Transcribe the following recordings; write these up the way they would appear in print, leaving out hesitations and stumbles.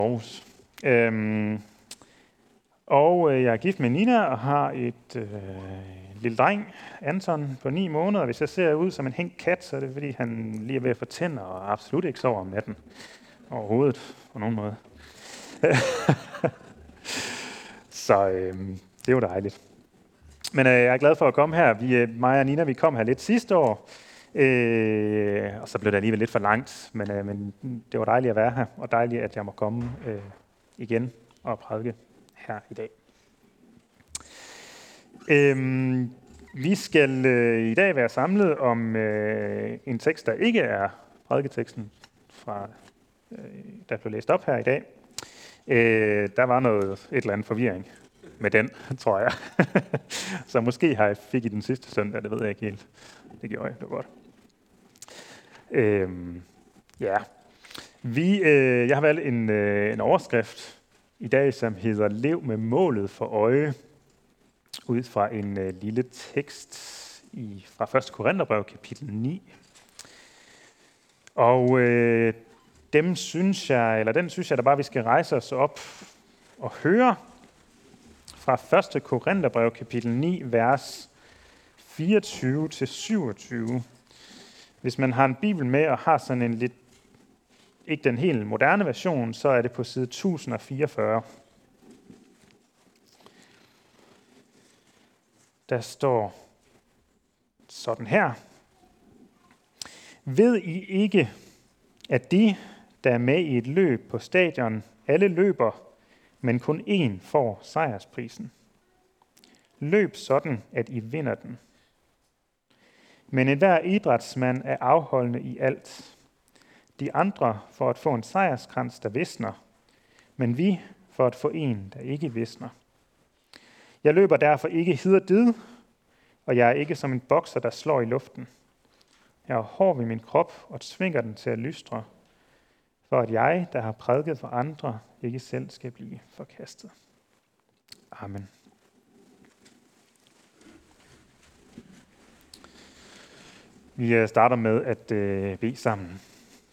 Aarhus. Jeg er gift med Nina og har et lille dreng, Anton, på 9 måneder. Hvis jeg ser ud som en hængt kat, så er det fordi, han lige er ved at få tænder og absolut ikke sover om natten. Overhovedet, på nogen måde. Så det er jo dejligt. Men jeg er glad for at komme her. Mig og Nina, vi kom her lidt sidste år. Og så blev det alligevel lidt for langt. Men det var dejligt at være her, og dejligt, at jeg må komme igen og prædike her i dag. Vi skal i dag være samlet om en tekst, der ikke er prædiketeksten, fra, der blev læst op her i dag. Der var et eller andet forvirring med den, tror jeg. Så måske fik I den sidste søndag, det ved jeg ikke helt. Det gjorde jeg, det var godt. Jeg har valgt en overskrift i dag, som hedder Lev med målet for øje, ud fra en lille tekst fra 1. Korintherbrev, kapitel 9. Og den synes jeg, der bare vi skal rejse os op og høre fra 1. Korintherbrev, kapitel 9, vers 24-27. Hvis man har en bibel med og har sådan en lidt, ikke den helt moderne version, så er det på side 1044. Der står sådan her. Ved I ikke, at de, der er med i et løb på stadion, alle løber, men kun én får sejrsprisen? Løb sådan, at I vinder den. Men enhver idrætsmand er afholdende i alt. De andre for at få en sejrskrans, der visner, men vi for at få en, der ikke visner. Jeg løber derfor ikke hid og did, og jeg er ikke som en bokser, der slår i luften. Jeg er hård ved min krop og tvinger den til at lystre, for at jeg, der har prædiket for andre, ikke selv skal blive forkastet. Amen. Vi starter med at bede sammen.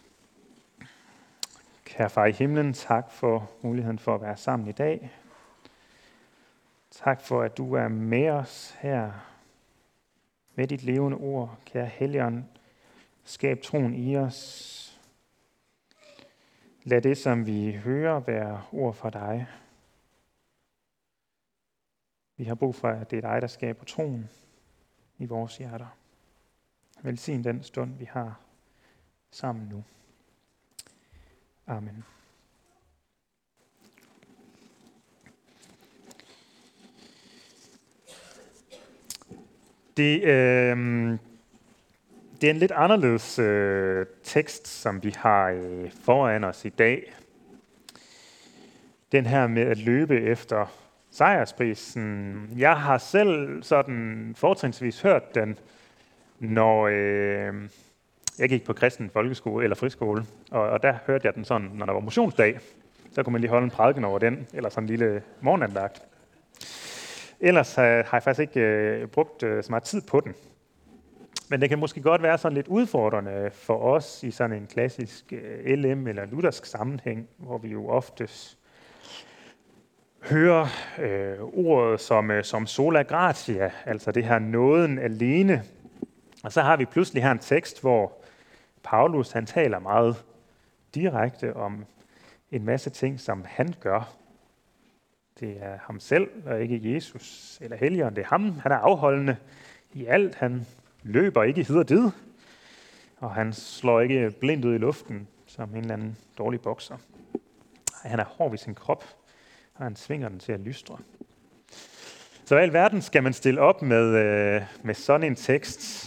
Kære far i himlen, tak for muligheden for at være sammen i dag. Tak for, at du er med os her med dit levende ord. Kære Helligånd, skab troen i os. Lad det, som vi hører, være ord fra dig. Vi har brug for, at det er dig, der skaber troen i vores hjerter. Velsign den stund, vi har sammen nu. Amen. Det er en lidt anderledes tekst, som vi har foran os i dag. Den her med at løbe efter sejrsprisen. Jeg har selv sådan fortrinsvis hørt den, når jeg gik på kristen folkeskole eller friskole, og der hørte jeg den sådan, når der var motionsdag, så kunne man lige holde en prædiken over den, eller sådan en lille morgenandagt. Ellers har jeg faktisk ikke brugt så meget tid på den. Men det kan måske godt være sådan lidt udfordrende for os i sådan en klassisk LM eller luthersk sammenhæng, hvor vi jo oftest hører ordet som sola gratia, altså det her nåden alene. Og så har vi pludselig her en tekst, hvor Paulus han taler meget direkte om en masse ting, som han gør. Det er ham selv, og ikke Jesus eller Helligånden. Det er ham, han er afholdende i alt. Han løber ikke hid og did, og han slår ikke blindt ud i luften som en eller anden dårlig bokser. Han er hård ved sin krop, og han tvinger den til at lystre. Så i alverden skal man stille op med sådan en tekst.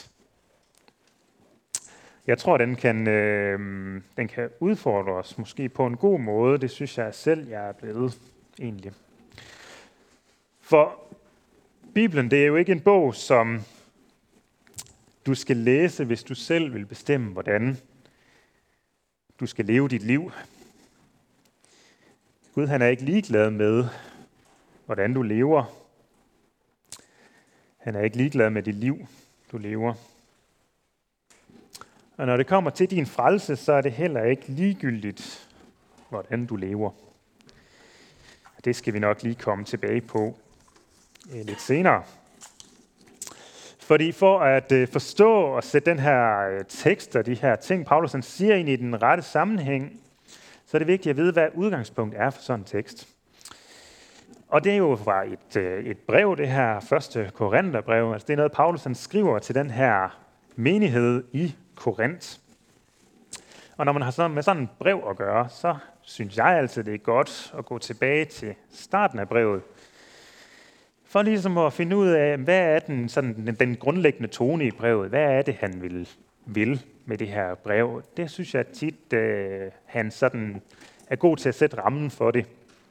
Jeg tror, den kan udfordre os måske på en god måde. Det synes jeg selv, jeg er blevet egentlig. For Bibelen, det er jo ikke en bog, som du skal læse, hvis du selv vil bestemme, hvordan du skal leve dit liv. Gud, han er ikke ligeglad med, hvordan du lever. Han er ikke ligeglad med det liv, du lever. Og når det kommer til din frelse, så er det heller ikke ligegyldigt, hvordan du lever. Det skal vi nok lige komme tilbage på lidt senere. Fordi for at forstå og sætte den her tekst og de her ting, Paulus han siger ind i den rette sammenhæng, så er det vigtigt at vide, hvad udgangspunktet er for sådan en tekst. Og det er jo fra et brev, det her første Korintherbrev. Altså det er noget, Paulus han skriver til den her menighed i Korinth. Og når man har med sådan et brev at gøre, så synes jeg altid, det er godt at gå tilbage til starten af brevet, for ligesom at finde ud af, hvad er den grundlæggende tone i brevet? Hvad er det, han vil med det her brev? Det synes jeg tit, han sådan er god til at sætte rammen for det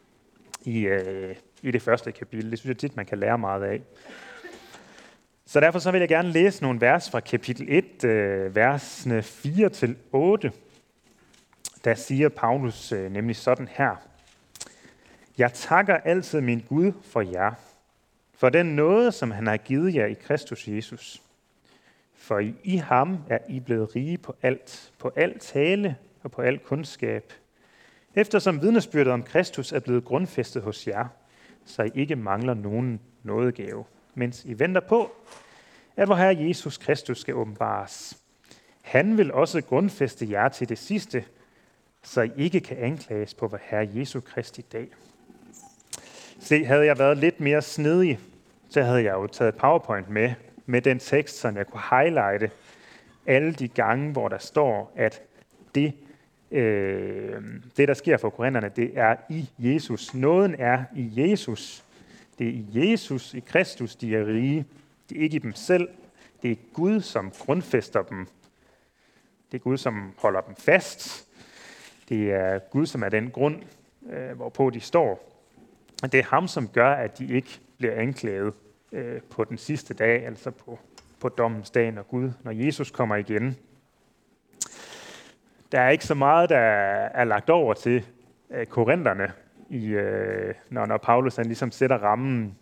i det første kapitel. Det synes jeg tit, man kan lære meget af. Så derfor så vil jeg gerne læse nogle vers fra kapitel 1, versene 4-8. Der siger Paulus nemlig sådan her. Jeg takker altid min Gud for jer, for den nåde, som han har givet jer i Kristus Jesus. For i ham er I blevet rige på alt tale og på al kundskab, eftersom vidnesbyrdet om Kristus er blevet grundfæstet hos jer, så I ikke mangler nogen nådegave, mens I venter på, at vor Herre Jesus Kristus skal åbenbares. Han vil også grundfæste jer til det sidste, så I ikke kan anklages på vor Herre Jesu Kristi dag. Se, havde jeg været lidt mere snedig, så havde jeg jo taget PowerPoint med den tekst, så jeg kunne highlighte alle de gange, hvor der står, at det der sker for korinterne, det er i Jesus. Nåden er i Jesus. Det er i Jesus, i Kristus, de er rige. Det er ikke i dem selv. Det er Gud, som grundfæster dem. Det er Gud, som holder dem fast. Det er Gud, som er den grund, hvorpå de står. Og det er ham, som gør, at de ikke bliver anklaget på den sidste dag, altså på dommens dag, når Jesus kommer igen. Der er ikke så meget, der er lagt over til korinterne, når Paulus han ligesom sætter rammen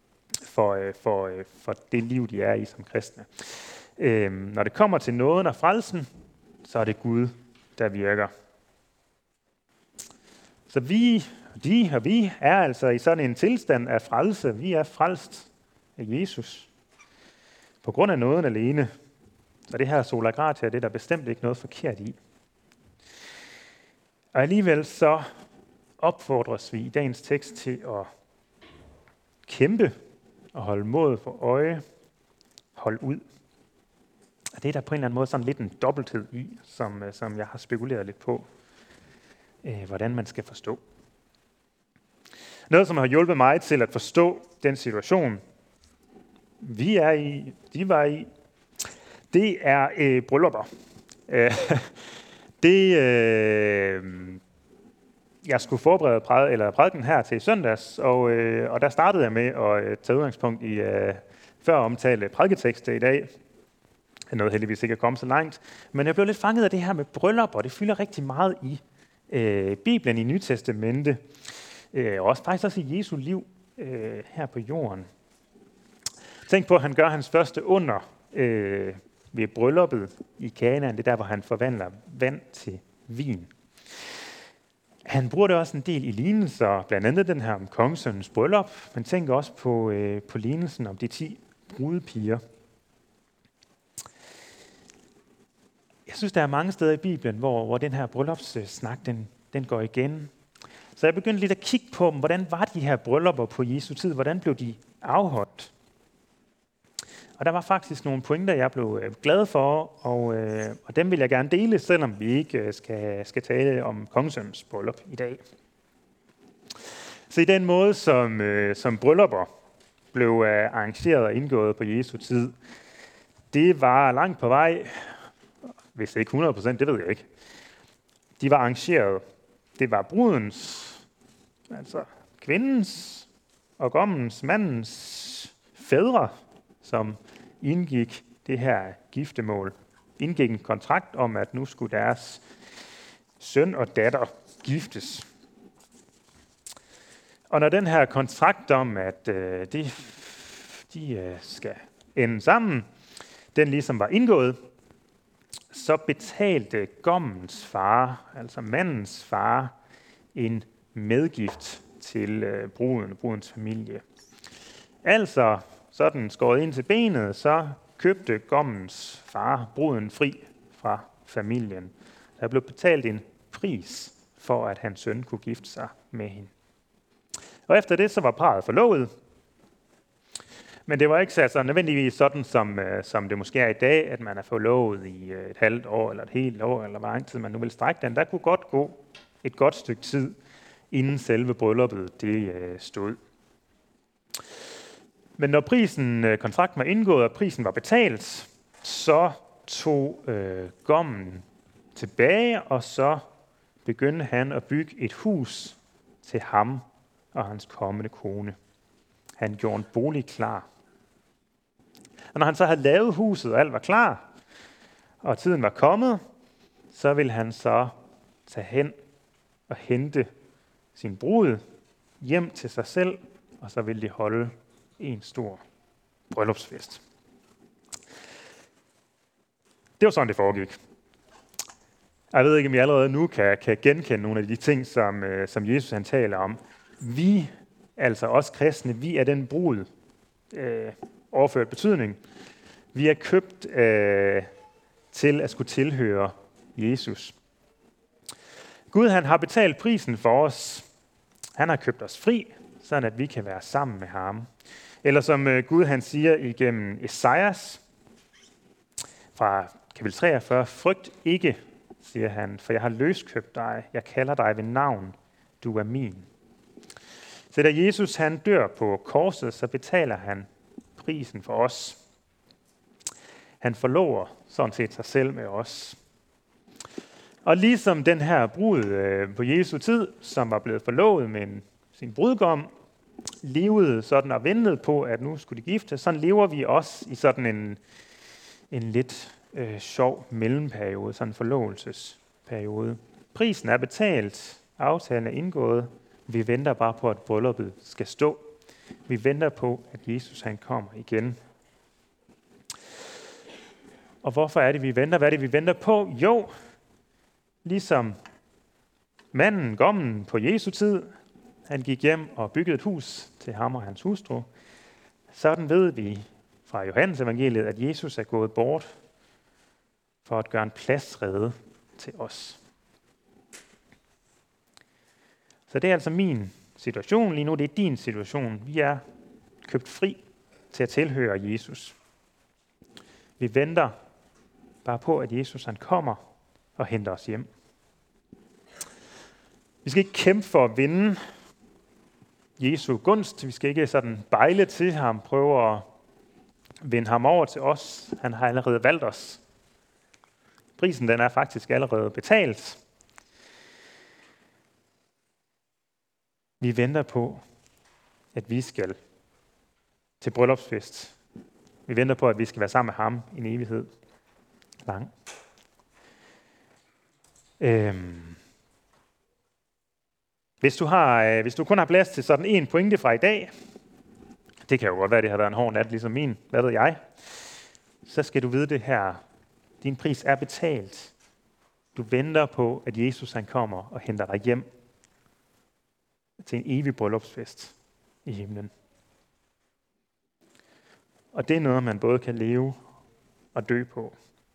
for det liv, de er i som kristne. Når det kommer til nåden og frelsen, så er det Gud, der virker. Så vi er altså i sådan en tilstand af frelse. Vi er frelst af Jesus på grund af nåden alene. Så det her sola gratia, det er der bestemt ikke noget forkert i. Og alligevel så opfordres vi i dagens tekst til at kæmpe og holde mod for øje, holde ud. Og det er der på en eller anden måde sådan lidt en dobbelthed i, som jeg har spekuleret lidt på, hvordan man skal forstå. Noget, som har hjulpet mig til at forstå den situation, vi er i, de var i, det er bryllupper. Jeg skulle forberede prædiken her til søndags, og der startede jeg med at tage udgangspunkt i før omtalte prædiketekster i dag. Jeg nåede heldigvis ikke at komme så langt, men jeg blev lidt fanget af det her med bryllupper. Det fylder rigtig meget i Bibelen, i Nytestamentet, og faktisk også i Jesu liv her på jorden. Tænk på, at han gør hans første under ved brylluppet i Kanaan. Det er der, hvor han forvandler vand til vin. Han bruger det også en del i lignelser, blandt andet den her om kongesønnens bryllup, men tænker også på lignelsen om de 10 brudepiger. Jeg synes, der er mange steder i Bibelen, hvor den her bryllupssnak, den går igen. Så jeg begyndte lidt at kigge på dem. Hvordan var de her bryllupper på Jesu tid? Hvordan blev de afholdt? Og der var faktisk nogle pointer, jeg blev glad for, og dem vil jeg gerne dele, selvom vi ikke skal tale om kongesønnens bryllup i dag. Så i den måde, som bryllupper blev arrangeret og indgået på Jesu tid, det var langt på vej, hvis ikke 100%, det ved jeg ikke. De var arrangeret. Det var brudens, altså kvindens og gommens, mandens fædre, som indgik det her giftemål. Indgik en kontrakt om, at nu skulle deres søn og datter giftes. Og når den her kontrakt om, at de skal ende sammen, den ligesom var indgået, så betalte gommens far, altså mandens far, en medgift til bruden og brudens familie. Altså, sådan skåret ind til benet, så købte gommens far bruden fri fra familien. Der blev betalt en pris for, at hans søn kunne gifte sig med hende. Og efter det, så var parret forlovet. Men det var ikke så nødvendigvis sådan, som det måske er i dag, at man er forlovet i et halvt år, eller et helt år, eller hvor lang tid man nu vil strække den. Der kunne godt gå et godt stykke tid, inden selve brylluppet det stod. Men når kontrakten var indgået, og prisen var betalt, så tog gommen tilbage, og så begyndte han at bygge et hus til ham og hans kommende kone. Han gjorde en bolig klar. Og når han så havde lavet huset, og alt var klar, og tiden var kommet, så ville han så tage hen og hente sin brud hjem til sig selv, og så ville de holde en stor bryllupsfest. Det var sådan, det foregik. Jeg ved ikke, om I allerede nu kan genkende nogle af de ting, som Jesus han taler om. Vi, altså os kristne, vi er den brud, overført betydning. Vi er købt til at skulle tilhøre Jesus. Gud han har betalt prisen for os. Han har købt os fri, sådan at vi kan være sammen med ham. Eller som Gud han siger igennem Esajas fra kapitel 43, frygt ikke, siger han, for jeg har løskøbt dig. Jeg kalder dig ved navn. Du er min. Så da Jesus han dør på korset, så betaler han prisen for os. Han forlover sådan set sig selv med os. Og ligesom den her brud på Jesu tid, som var blevet forlovet med sin brudgom, levede sådan og ventede på, at nu skulle de gifte, sådan lever vi også i sådan en lidt sjov mellemperiode, sådan en forlovelsesperiode. Prisen er betalt, aftalen er indgået, vi venter bare på, at brylluppet skal stå. Vi venter på, at Jesus han kommer igen. Og hvorfor er det, vi venter? Hvad er det, vi venter på? Jo, ligesom manden, gommen på Jesu tid, han gik hjem og byggede et hus til ham og hans hustru. Sådan ved vi fra Johannes evangeliet, at Jesus er gået bort for at gøre en plads rede til os. Så det er altså min situation lige nu, det er din situation. Vi er købt fri til at tilhøre Jesus. Vi venter bare på, at Jesus han kommer og henter os hjem. Vi skal ikke kæmpe for at vinde Jesu gunst. Vi skal ikke sådan bejle til ham, prøve at vinde ham over til os. Han har allerede valgt os. Prisen den er faktisk allerede betalt. Vi venter på, at vi skal til bryllupsfest. Vi venter på, at vi skal være sammen med ham i en evighed lang. Hvis du kun har plads til sådan en pointe fra i dag, det kan jo godt være, det har været en hård nat, ligesom min, hvad ved jeg, så skal du vide det her. Din pris er betalt. Du venter på, at Jesus han kommer og henter dig hjem til en evig bryllupsfest i himlen. Og det er noget, man både kan leve og dø på.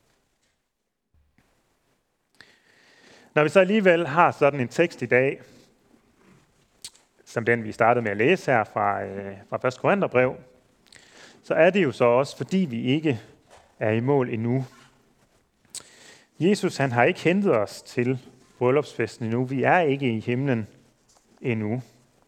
Når vi så alligevel har sådan en tekst i dag, som den vi startede med at læse her fra 1. Korintherbrev, så er det jo så også, fordi vi ikke er i mål endnu. Jesus han har ikke hentet os til bryllupsfesten endnu. Vi er ikke i himlen endnu.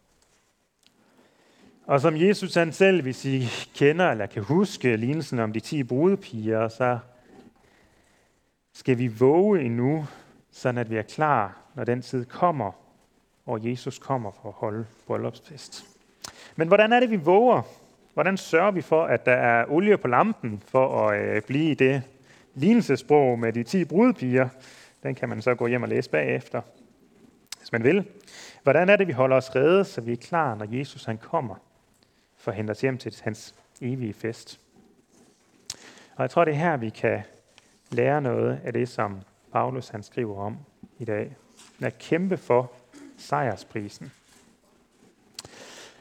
Og som Jesus han selv, hvis I kender eller kan huske lignelsen om de 10 brudepiger, så skal vi våge endnu, sådan at vi er klar, når den tid kommer, og Jesus kommer for at holde bryllupsfest. Men hvordan er det, vi våger? Hvordan sørger vi for, at der er olie på lampen for at blive i det lignelsessprog med de 10 brudepiger? Den kan man så gå hjem og læse bagefter, hvis man vil. Hvordan er det, vi holder os rede, så vi er klar, når Jesus han kommer for at hente os hjem til hans evige fest? Og jeg tror, det er her, vi kan lære noget af det, som Paulus han skriver om i dag. At kæmpe for sejrsprisen.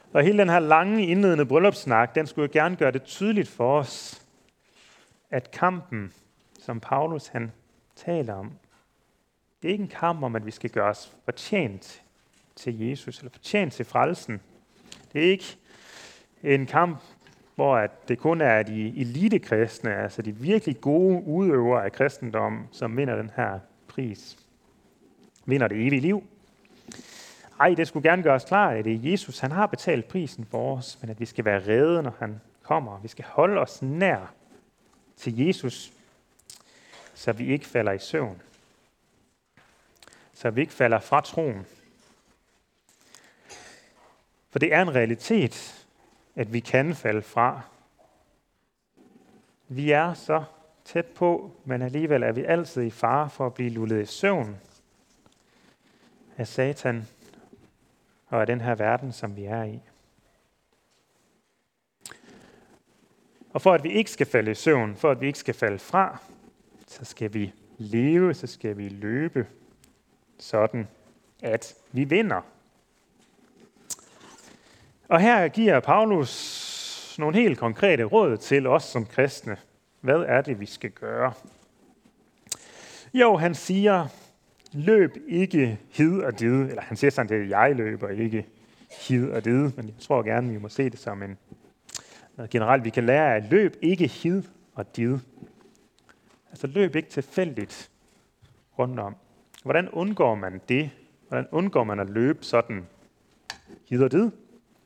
Og hele den her lange indledende bryllupssnak, den skulle jo gerne gøre det tydeligt for os, at kampen, som Paulus han taler om, det er ikke en kamp om, at vi skal gøre os fortjent til Jesus, eller fortjent til frelsen. Det er ikke en kamp, hvor at det kun er de elitekristne, altså de virkelig gode udøvere af kristendom, som vinder den her pris. Vinder det evige liv. Ej, det skulle gerne gøres klart, at det er Jesus, han har betalt prisen for os, men at vi skal være rede, når han kommer. Vi skal holde os nær til Jesus, så vi ikke falder i søvn. Så vi ikke falder fra troen. For det er en realitet, at vi kan falde fra. Vi er så tæt på, men alligevel er vi altid i fare for at blive lullet i søvn af Satan og af den her verden, som vi er i. Og for at vi ikke skal falde i søvn, for at vi ikke skal falde fra, så skal vi leve, så skal vi løbe, sådan at vi vinder. Og her giver Paulus nogle helt konkrete råd til os som kristne. Hvad er det, vi skal gøre? Jo, han siger, løb ikke hid og did. Eller han siger sådan, at jeg løber ikke hid og did. Men jeg tror gerne, vi må se det som noget generelt, vi kan lære af. Løb ikke hid og did. Altså løb ikke tilfældigt rundt om. Hvordan undgår man det? Hvordan undgår man at løbe sådan hid og did?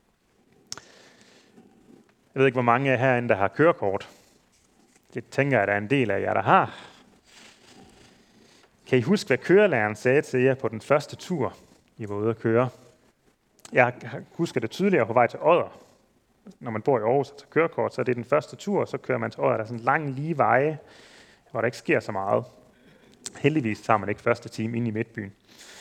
Jeg ved ikke, hvor mange af jer herinde, der har kørekort. Det tænker jeg, at der er en del af jer, der har. Kan I huske, hvad kørelæreren sagde til jer på den første tur, I var ude at køre? Jeg husker det tydeligere på vej til Odder. Når man bor i Aarhus og tager kørekort, så er det den første tur, så kører man til Odder. Der er sådan en lang lige veje, hvor der ikke sker så meget. Heldigvis tager man ikke første time inde i midtbyen.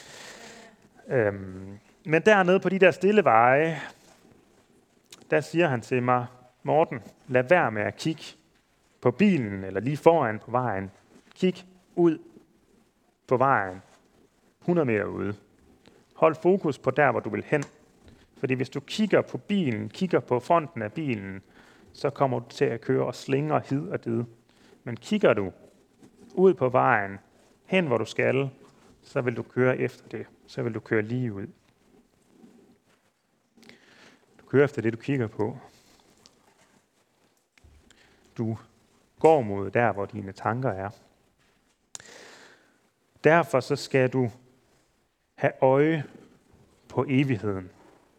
Men dernede på de der stille veje, der siger han til mig, Morten, lad være med at kigge på bilen, eller lige foran på vejen. Kig ud på vejen, 100 meter ude. Hold fokus på der, hvor du vil hen. Fordi hvis du kigger på bilen, kigger på fronten af bilen, så kommer du til at køre og slingre hid og did. Men kigger du ud på vejen, hen hvor du skal, så vil du køre efter det. Så vil du køre lige ud. Du kører efter det, du kigger på. Du går mod der, hvor dine tanker er. Derfor så skal du have øje på evigheden.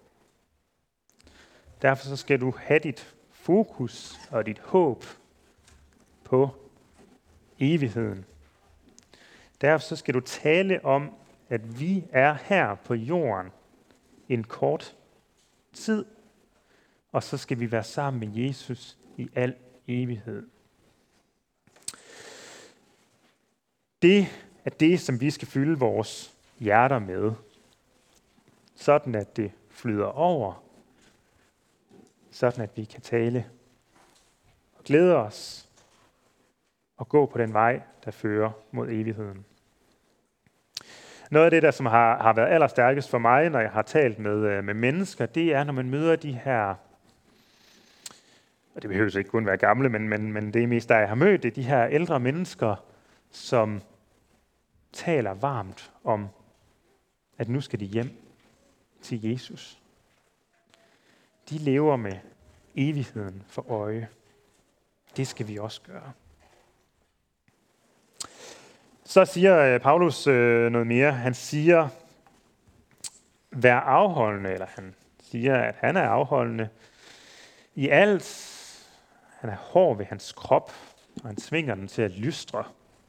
Derfor så skal du have dit fokus og dit håb på evigheden. Derfor så skal du tale om, at vi er her på jorden en kort tid, og så skal vi være sammen med Jesus i al evighed. Det er det, som vi skal fylde vores hjerter med, sådan at det flyder over, sådan at vi kan tale og glæde os og gå på den vej, der fører mod evigheden. Noget af det, der som har været allerstærkest for mig, når jeg har talt med mennesker, det er, når man møder de her, og det behøver ikke kun være gamle, men det er mest, der jeg har mødt, det er de her ældre mennesker, som taler varmt om, at nu skal de hjem til Jesus. De lever med evigheden for øje. Det skal vi også gøre. Så siger Paulus noget mere. Han siger, vær afholdende, eller han siger, at han er afholdende i alt. Han er hård ved hans krop, og han tvinger den til at lystre.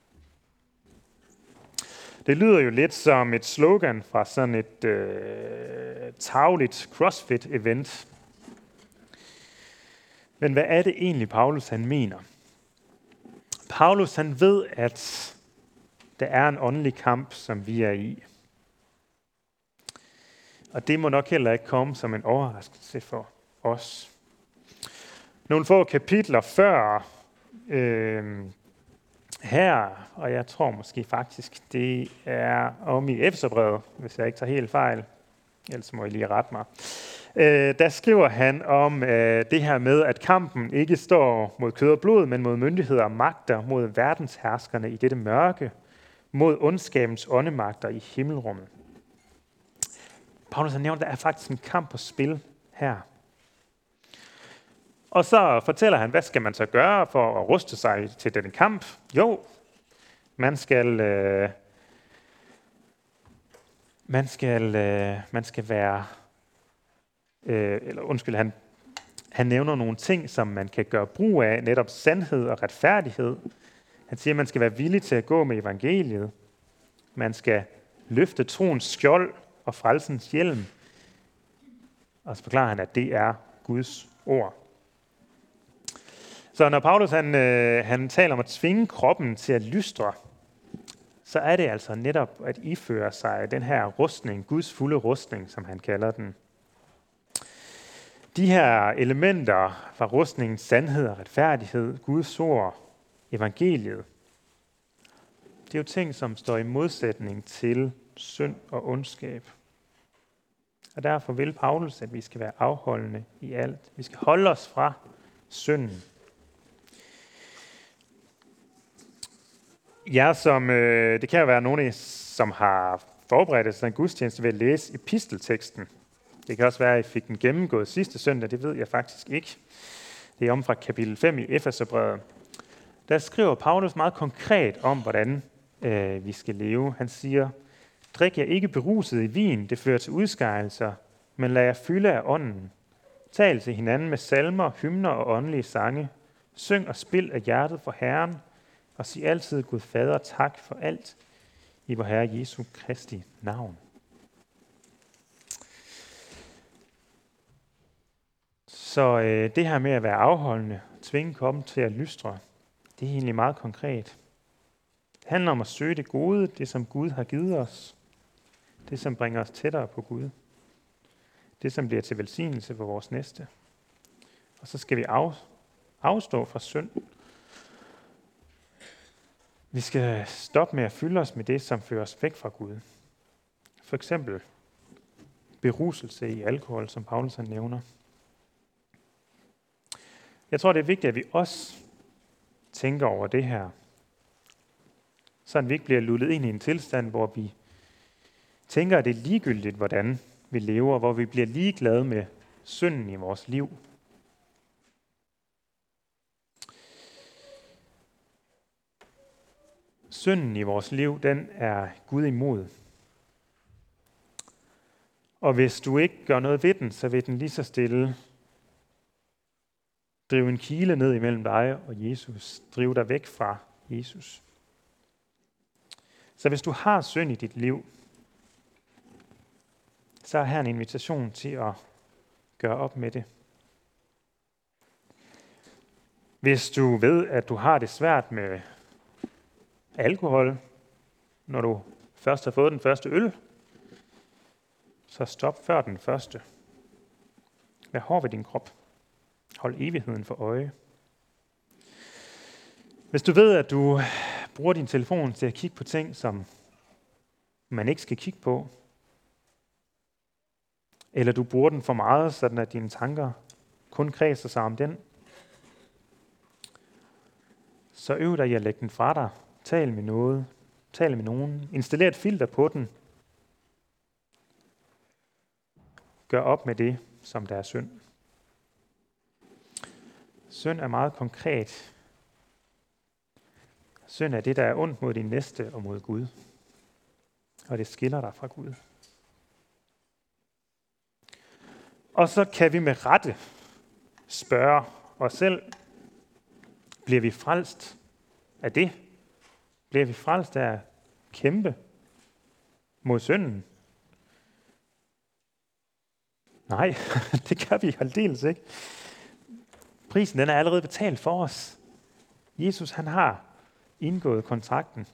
Det lyder jo lidt som et slogan fra sådan et tarveligt CrossFit-event. Men hvad er det egentlig, Paulus han mener? Paulus han ved, at der er en åndelig kamp, som vi er i. Og det må nok heller ikke komme som en overraskelse for os. Nogle få kapitler før her, og jeg tror måske faktisk, det er om i Efeserbrevet, hvis jeg ikke tager helt fejl. ellers må I lige rette mig. Der skriver han om det her med, at kampen ikke står mod kød og blod, men mod myndigheder og magter, mod verdensherskerne i dette mørke, mod ondskabens åndemagter i himmelrummet. Paulus nævner, at der er faktisk en kamp på spil her. Og så fortæller han, hvad skal man så gøre for at ruste sig til denne kamp? Jo, man skal være, han nævner nogle ting, som man kan gøre brug af, netop sandhed og retfærdighed. Han siger, at man skal være villig til at gå med evangeliet. Man skal løfte troens skjold og frelsens hjelm. Og så forklarer han, at det er Guds ord. Så når Paulus han taler om at tvinge kroppen til at lystre, så er det altså netop at iføre sig den her rustning, Guds fulde rustning, som han kalder den. De her elementer fra rustningens sandhed og retfærdighed, Guds ord, evangeliet, det er jo ting, som står i modsætning til synd og ondskab. Og derfor vil Paulus, at vi skal være afholdende i alt. Vi skal holde os fra synden. Det kan jo være nogen af jer, som har forberedt sig en gudstjeneste ved at læse epistelteksten. Det kan også være, at I fik den gennemgået sidste søndag, det ved jeg faktisk ikke. Det er om fra kapitel 5 i Efeserbrevet. Der skriver Paulus meget konkret om, hvordan vi skal leve. Han siger, drik jer ikke beruset i vin, det fører til udskejelser, men lad jer fylde af ånden. Tal til hinanden med salmer, hymner og åndelige sange. Syng og spil af hjertet for Herren, og sig altid Gud Fader tak for alt i vor Herre Jesu Kristi navn. Så det her med at være afholdende, tvinge kroppen til at lystre, det er egentlig meget konkret. Det handler om at søge det gode, det som Gud har givet os. Det som bringer os tættere på Gud. Det som bliver til velsignelse for vores næste. Og så skal vi afstå fra synd. Vi skal stoppe med at fylde os med det, som fører os væk fra Gud. For eksempel beruselse i alkohol, som Paulus nævner. Jeg tror, det er vigtigt, at vi også tænker over det her. Så vi ikke bliver lullet ind i en tilstand, hvor vi tænker, at det er ligegyldigt, hvordan vi lever, hvor vi bliver ligeglade med synden i vores liv. Synden i vores liv, den er Gud imod. Og hvis du ikke gør noget ved den, så vil den lige så stille drive en kile ned imellem dig og Jesus. Drive dig væk fra Jesus. Så hvis du har synd i dit liv, så er her en invitation til at gøre op med det. Hvis du ved, at du har det svært med alkohol, når du først har fået den første øl, så stop før den første. Vær hård ved din krop. Hold evigheden for øje. Hvis du ved, at du bruger din telefon til at kigge på ting, som man ikke skal kigge på, eller du bruger den for meget, sådan at dine tanker kun kredser sig om den, så øv dig i at lægge den fra dig. Tal med nogen. Installér et filter på den. Gør op med det, som der er synd. Synd er meget konkret. Synd er det, der er ondt mod din næste og mod Gud. Og det skiller dig fra Gud. Og så kan vi med rette spørge os selv, bliver vi frelst af det? Bliver vi frelst af at kæmpe mod synden? Nej, det gør vi aldeles ikke. Prisen den er allerede betalt for os. Jesus han har indgået kontrakten.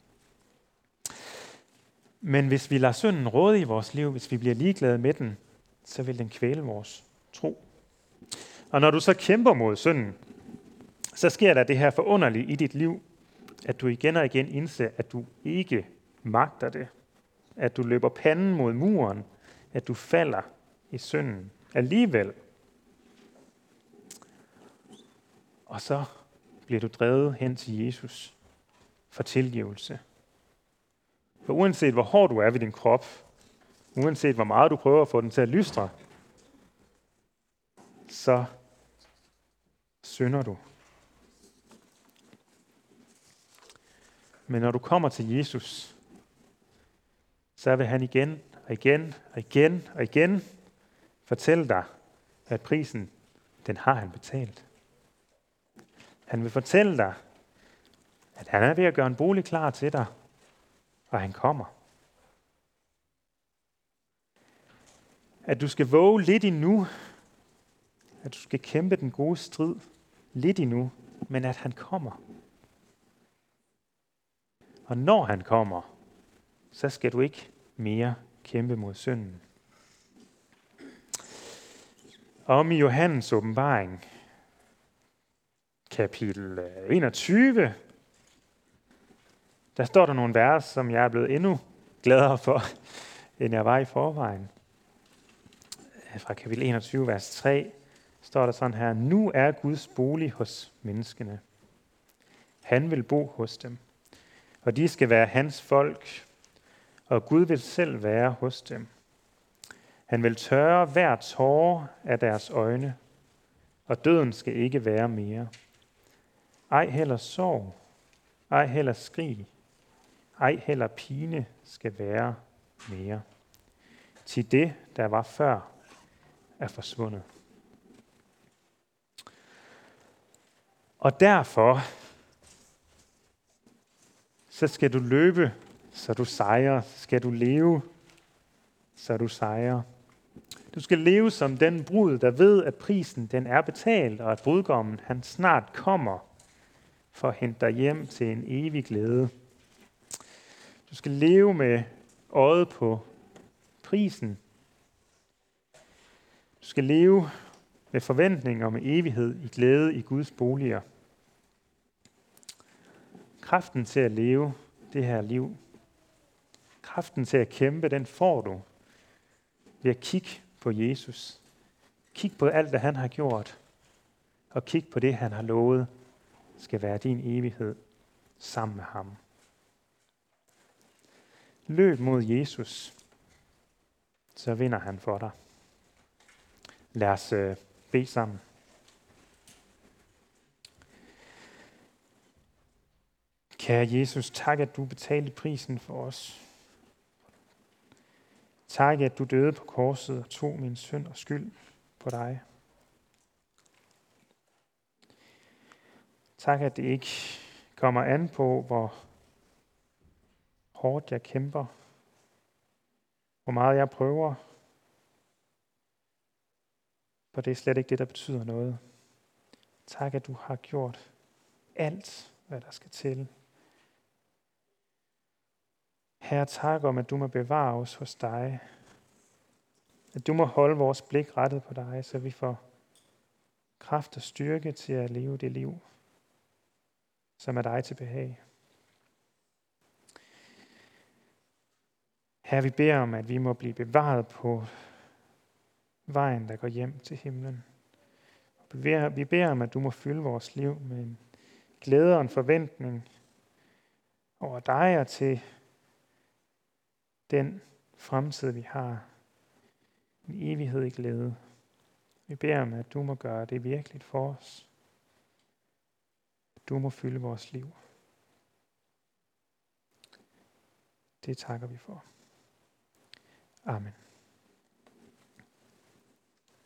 Men hvis vi lader synden råde i vores liv, hvis vi bliver ligeglade med den, så vil den kvæle vores tro. Og når du så kæmper mod synden, så sker der det her forunderlige i dit liv, at du igen og igen indser, at du ikke magter det. At du løber panden mod muren, at du falder i synden alligevel. Og så bliver du drevet hen til Jesus for tilgivelse. For uanset hvor hård du er ved din krop, uanset hvor meget du prøver at få den til at lystre, så synder du. Men når du kommer til Jesus, så vil han igen og igen og igen og igen fortælle dig, at prisen, den har han betalt. Han vil fortælle dig, at han er ved at gøre en bolig klar til dig, og han kommer. At du skal våge lidt endnu, at du skal kæmpe den gode strid lidt endnu, men at han kommer. Og når han kommer, så skal du ikke mere kæmpe mod synden. Om i Johannes åbenbaring, kapitel 21, der står der nogle vers, som jeg er blevet endnu gladere for, end jeg var i forvejen. Fra kapitel 21, vers 3, står der sådan her: Nu er Guds bolig hos menneskene. Han vil bo hos dem, og de skal være hans folk, og Gud vil selv være hos dem. Han vil tørre hver tåre af deres øjne, og døden skal ikke være mere. Ej heller sorg, ej heller skrig, ej heller pine skal være mere. Til det, der var før, er forsvundet. Og derfor så skal du løbe, så du sejrer. Skal du leve, så du sejrer. Du skal leve som den brud, der ved, at prisen den er betalt, og at brudgommen han snart kommer for at hente dig hjem til en evig glæde. Du skal leve med øjet på prisen. Du skal leve med forventning om evighed i glæde i Guds boliger. Kraften til at leve det her liv, kraften til at kæmpe, den får du ved at kigge på Jesus. Kig på alt, hvad han har gjort, og kig på det, han har lovet, skal være din evighed sammen med ham. Løb mod Jesus, så vinder han for dig. Lad os bede sammen. Kære Jesus, tak at du betalte prisen for os. Tak at du døde på korset og tog min synd og skyld på dig. Tak at det ikke kommer an på, hvor hårdt jeg kæmper, hvor meget jeg prøver, for det er slet ikke det, der betyder noget. Tak at du har gjort alt, hvad der skal til. Herre, tak om, at du må bevare os hos dig. At du må holde vores blik rettet på dig, så vi får kraft og styrke til at leve det liv, som er dig til behag. Herre, vi beder om, at vi må blive bevaret på vejen, der går hjem til himlen. Vi beder om, at du må fylde vores liv med en glæde og en forventning over dig og til den fremtid, vi har. En evighed i glæde. Vi beder om, at du må gøre det virkeligt for os. Du må fylde vores liv. Det takker vi for. Amen.